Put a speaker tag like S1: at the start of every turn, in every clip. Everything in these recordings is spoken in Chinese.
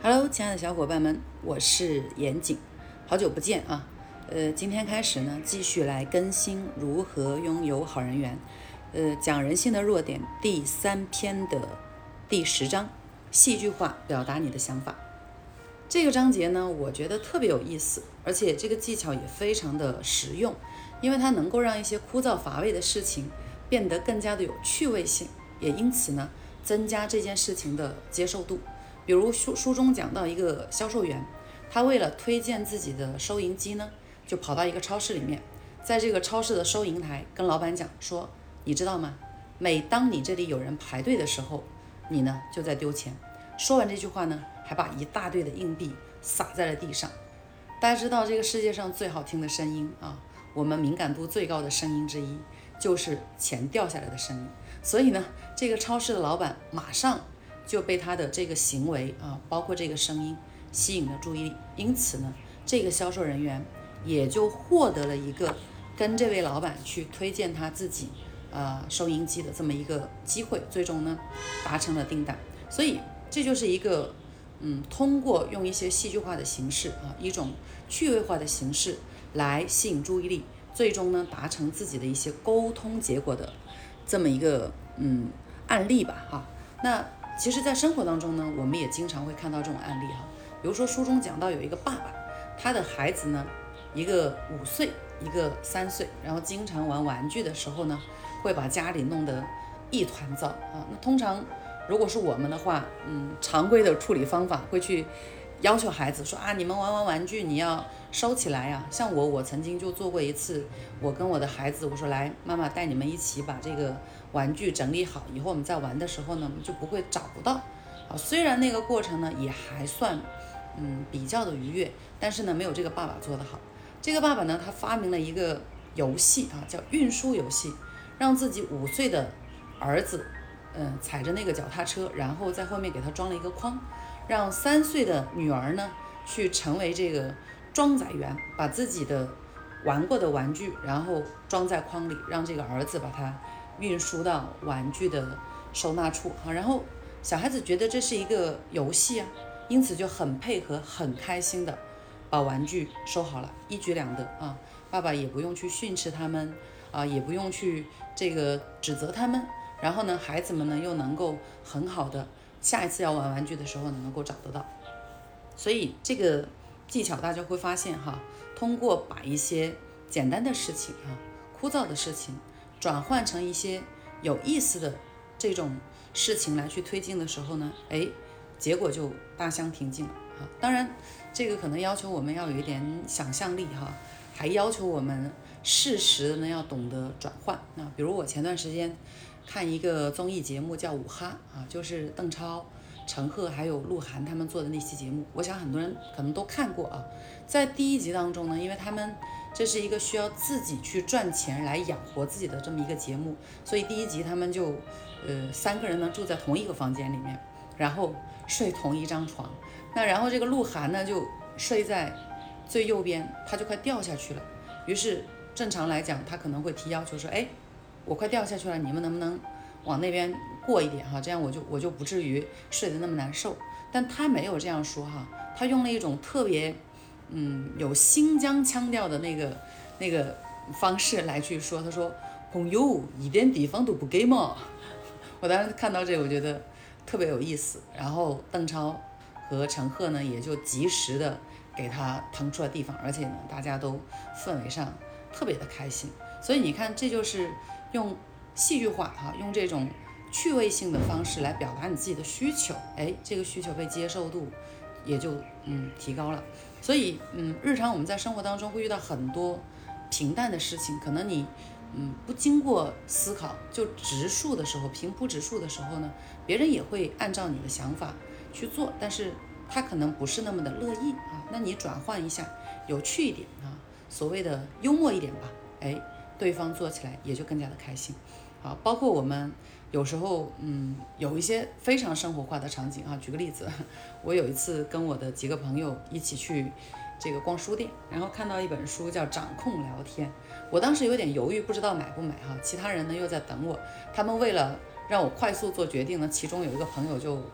S1: Hello，亲爱的小伙伴们，我是严谨，好久不见啊。今天开始呢，继续来更新如何拥有好人缘。讲人性的弱点第3篇的第10章，戏剧化表达你的想法。这个章节呢，我觉得特别有意思，而且这个技巧也非常的实用，因为它能够让一些枯燥乏味的事情变得更加的有趣味性，也因此呢，增加这件事情的接受度。比如书中讲到一个销售员，他为了推荐自己的收银机呢，就跑到一个超市里面，在这个超市的收银台跟老板讲说，你知道吗？每当你这里有人排队的时候，你呢就在丢钱。说完这句话呢，还把一大堆的硬币撒在了地上。大家知道这个世界上最好听的声音啊，我们敏感度最高的声音之一就是钱掉下来的声音。所以呢，这个超市的老板马上就被他的这个行为啊，包括这个声音吸引了注意力，因此呢，这个销售人员也就获得了一个跟这位老板去推荐他自己收银机的这么一个机会，最终呢达成了订单。所以这就是一个通过用一些戏剧化的形式啊，一种趣味化的形式来吸引注意力，最终呢达成自己的一些沟通结果的这么一个案例吧哈。那其实在生活当中呢，我们也经常会看到这种案例哈。比如说书中讲到有一个爸爸，他的孩子呢，一个5岁，一个3岁，然后经常玩玩具的时候呢，会把家里弄得一团糟啊。那通常如果是我们的话，常规的处理方法会去要求孩子说啊，你们玩玩具你要收起来呀。像我曾经就做过一次，我跟我的孩子我说，来，妈妈带你们一起把这个玩具整理好，以后我们在玩的时候呢，我们就不会找不到啊。虽然那个过程呢也还算比较的愉悦，但是呢没有这个爸爸做得好。这个爸爸呢，他发明了一个游戏啊，叫运输游戏，让自己5岁的儿子踩着那个脚踏车，然后在后面给他装了一个筐，让3岁的女儿呢去成为这个装载员，把自己的玩过的玩具然后装在筐里，让这个儿子把它运输到玩具的收纳处啊。然后小孩子觉得这是一个游戏啊，因此就很配合，很开心的把玩具收好了，一举两得啊。爸爸也不用去训斥他们啊，也不用去这个指责他们，然后呢，孩子们呢又能够很好的下一次要玩玩具的时候呢能够找得到。所以这个技巧大家会发现哈，通过把一些简单的事情枯燥的事情转换成一些有意思的这种事情来去推进的时候呢，结果就大相庭径了啊。当然这个可能要求我们要有一点想象力哈，还要求我们适时的呢要懂得转换。那比如我前段时间看一个综艺节目叫5哈啊，就是邓超、陈赫还有鹿晗他们做的那期节目，我想很多人可能都看过啊。在第1集当中呢，因为他们这是一个需要自己去赚钱来养活自己的这么一个节目，所以第1集他们就3个人呢住在同一个房间里面，然后睡同一张床。那然后这个鹿晗呢就睡在最右边，他就快掉下去了。于是正常来讲，他可能会提要求说，我快掉下去了，你们能不能往那边过一点哈，这样我就不至于睡得那么难受。但他没有这样说哈，他用了一种特别有新疆腔调的那个方式来去说，他说朋友一点地方都不给吗？我当时看到这个我觉得特别有意思。然后邓超和陈赫呢也就及时的给他腾出了地方，而且呢大家都氛围上特别的开心。所以你看，这就是用戏剧化用这种趣味性的方式来表达你自己的需求，这个需求被接受度也就提高了。所以日常我们在生活当中会遇到很多平淡的事情，可能你不经过思考就直述的时候，平铺直述的时候呢，别人也会按照你的想法去做，但是他可能不是那么的乐意啊。那你转换一下，有趣一点啊，所谓的幽默一点吧，对方做起来也就更加的开心。好，包括我们有时候有一些非常生活化的场景啊。举个例子，我有一次跟我的几个朋友一起去这个逛书店，然后看到一本书叫《掌控聊天》，我当时有点犹豫，不知道买不买哈。其他人呢又在等我，他们为了让我快速做决定呢，其中有一个朋友就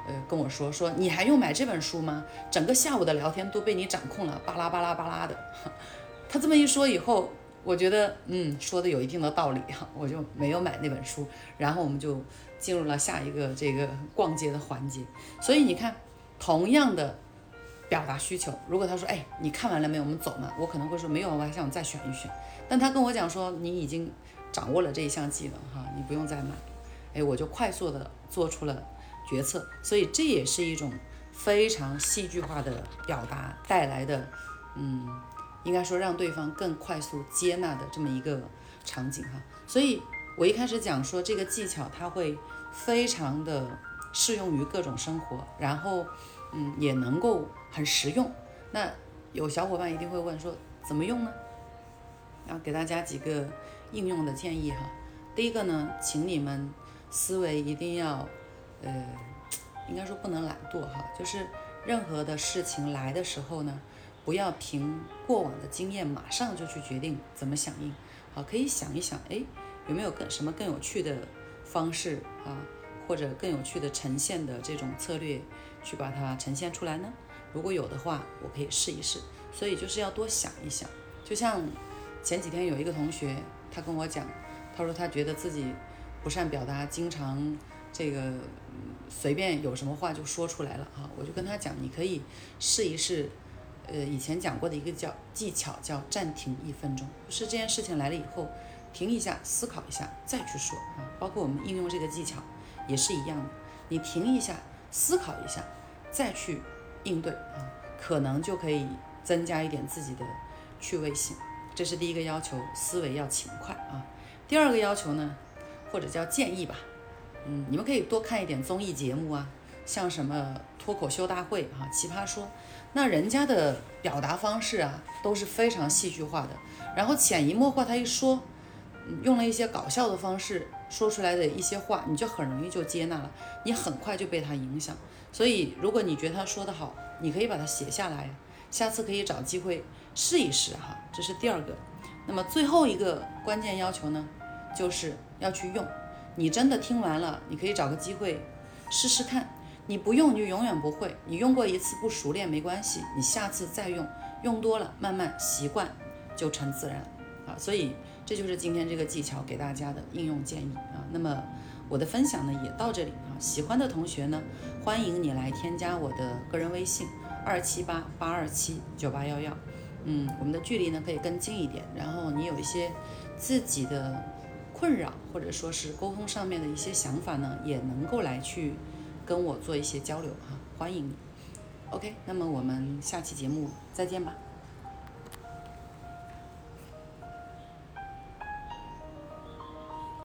S1: 跟我说你还用买这本书吗？整个下午的聊天都被你掌控了，巴拉巴拉巴拉的。他这么一说以后，我觉得说的有一定的道理哈，我就没有买那本书，然后我们就进入了下一个这个逛街的环节。所以你看，同样的表达需求，如果他说你看完了没有，我们走嘛，我可能会说没有，我还想再选一选。但他跟我讲说你已经掌握了这一项技能哈，你不用再买，我就快速的做出了决策。所以这也是一种非常戏剧化的表达带来的应该说让对方更快速接纳的这么一个场景哈。所以我一开始讲说这个技巧它会非常的适用于各种生活，然后也能够很实用。那有小伙伴一定会问说怎么用呢？然后给大家几个应用的建议哈。第一个呢，请你们思维一定要应该说不能懒惰哈，就是任何的事情来的时候呢，不要凭过往的经验马上就去决定怎么响应。好，可以想一想，有没有什么更有趣的方式啊，或者更有趣的呈现的这种策略去把它呈现出来呢？如果有的话，我可以试一试。所以就是要多想一想。就像前几天有一个同学，他跟我讲，他说他觉得自己不善表达，经常这个随便有什么话就说出来了哈。我就跟他讲，你可以试一试以前讲过的一个技巧叫暂停1分钟，就是这件事情来了以后停一下，思考一下再去说啊。包括我们应用这个技巧也是一样的，你停一下，思考一下再去应对啊，可能就可以增加一点自己的趣味性。这是第一个要求，思维要勤快啊。第二个要求呢，或者叫建议吧，你们可以多看一点综艺节目啊，像什么脱口秀大会啊、奇葩说，那人家的表达方式啊都是非常戏剧化的，然后潜移默化他一说，用了一些搞笑的方式说出来的一些话，你就很容易就接纳了，你很快就被他影响。所以如果你觉得他说得好，你可以把它写下来，下次可以找机会试一试哈。这是第二个。那么最后一个关键要求呢，就是要去用。你真的听完了，你可以找个机会试试看。你不用你就永远不会，你用过一次不熟练没关系，你下次再用，用多了慢慢习惯就成自然啊。所以这就是今天这个技巧给大家的应用建议啊。那么我的分享呢也到这里啊，喜欢的同学呢，欢迎你来添加我的个人微信278-827-9811。我们的距离呢可以更近一点，然后你有一些自己的困扰或者说是沟通上面的一些想法呢，也能够来去跟我做一些交流哈，欢迎你。OK， 那么我们下期节目再见吧。